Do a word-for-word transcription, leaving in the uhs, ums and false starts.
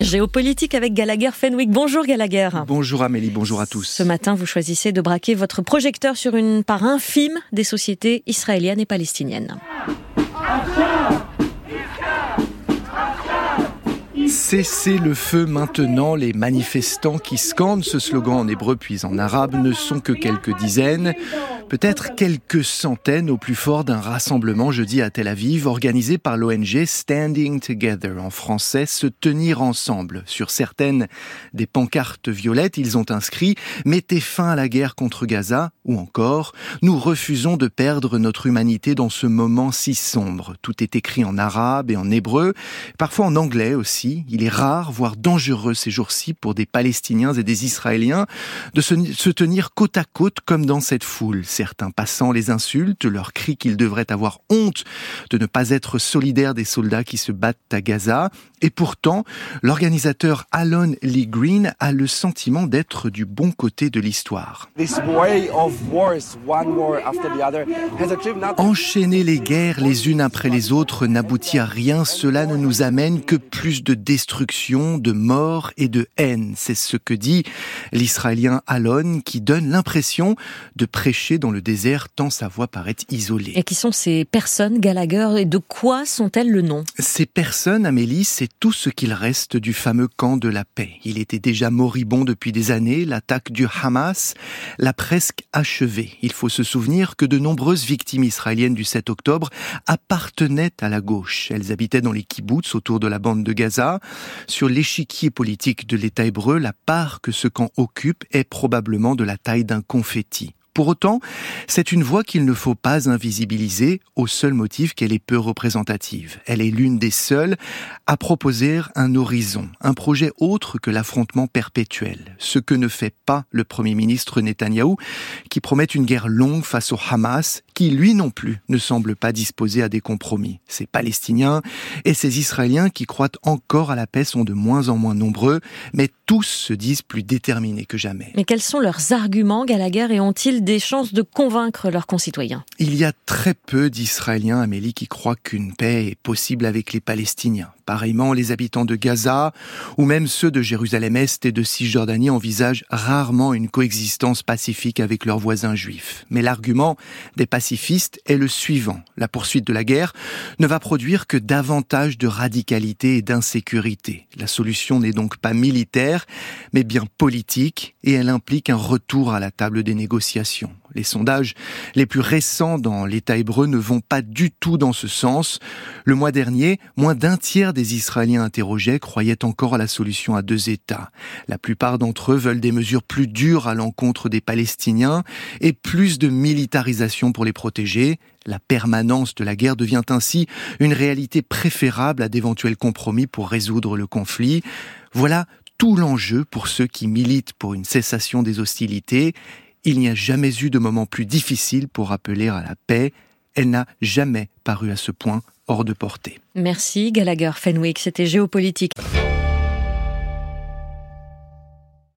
Géopolitique avec Gallagher Fenwick. Bonjour Gallagher. Bonjour Amélie, bonjour à tous. Ce matin, vous choisissez de braquer votre projecteur sur une part infime des sociétés israéliennes et palestiniennes. Cessez le feu maintenant, les manifestants qui scandent ce slogan en hébreu puis en arabe ne sont que quelques dizaines, peut-être quelques centaines au plus fort d'un rassemblement jeudi à Tel Aviv organisé par l'O N G Standing Together, en français, se tenir ensemble. Sur certaines des pancartes violettes, ils ont inscrit « Mettez fin à la guerre contre Gaza » ou encore « Nous refusons de perdre notre humanité dans ce moment si sombre ». Tout est écrit en arabe et en hébreu, parfois en anglais aussi. Il est rare, voire dangereux ces jours-ci pour des Palestiniens et des Israéliens de se, se tenir côte à côte comme dans cette foule. Certains passants les insultent, leur crient qu'ils devraient avoir honte de ne pas être solidaires des soldats qui se battent à Gaza. Et pourtant, l'organisateur Alon Lee Green a le sentiment d'être du bon côté de l'histoire. Enchaîner les guerres les unes après les autres n'aboutit à rien. Cela ne nous amène que plus de destruction, de mort et de haine. C'est ce que dit l'Israélien Alon, qui donne l'impression de prêcher dans le désert tant sa voix paraît isolée. Et qui sont ces personnes, Gallagher, et de quoi sont-elles le nom ? Ces personnes, Amélie, c'est tout ce qu'il reste du fameux camp de la paix. Il était déjà moribond depuis des années. L'attaque du Hamas l'a presque achevé. Il faut se souvenir que de nombreuses victimes israéliennes du sept octobre appartenaient à la gauche. Elles habitaient dans les kibboutz autour de la bande de Gaza. Sur l'échiquier politique de l'État hébreu, la part que ce camp occupe est probablement de la taille d'un confetti. Pour autant, c'est une voix qu'il ne faut pas invisibiliser au seul motif qu'elle est peu représentative. Elle est l'une des seules à proposer un horizon, un projet autre que l'affrontement perpétuel. Ce que ne fait pas le Premier ministre Netanyahou, qui promet une guerre longue face au Hamas, qui lui non plus ne semble pas disposé à des compromis. Ces Palestiniens et ces Israéliens qui croient encore à la paix sont de moins en moins nombreux, mais tous se disent plus déterminés que jamais. Mais quels sont leurs arguments, Gallagher, et ont-ils des chances de convaincre leurs concitoyens ? Il y a très peu d'Israéliens, Amélie, qui croient qu'une paix est possible avec les Palestiniens. Pareillement, les habitants de Gaza, ou même ceux de Jérusalem-Est et de Cisjordanie envisagent rarement une coexistence pacifique avec leurs voisins juifs. Mais l'argument des pacifistes est le suivant. La poursuite de la guerre ne va produire que davantage de radicalité et d'insécurité. La solution n'est donc pas militaire, mais bien politique, et elle implique un retour à la table des négociations. Les sondages les plus récents dans l'État hébreu ne vont pas du tout dans ce sens. Le mois dernier, moins d'un tiers des Israéliens interrogés croyaient encore à la solution à deux États. La plupart d'entre eux veulent des mesures plus dures à l'encontre des Palestiniens et plus de militarisation pour les protéger. La permanence de la guerre devient ainsi une réalité préférable à d'éventuels compromis pour résoudre le conflit. Voilà tout l'enjeu pour ceux qui militent pour une cessation des hostilités. Il n'y a jamais eu de moment plus difficile pour appeler à la paix. Elle n'a jamais paru à ce point hors de portée. Merci Gallagher Fenwick, c'était Géopolitique.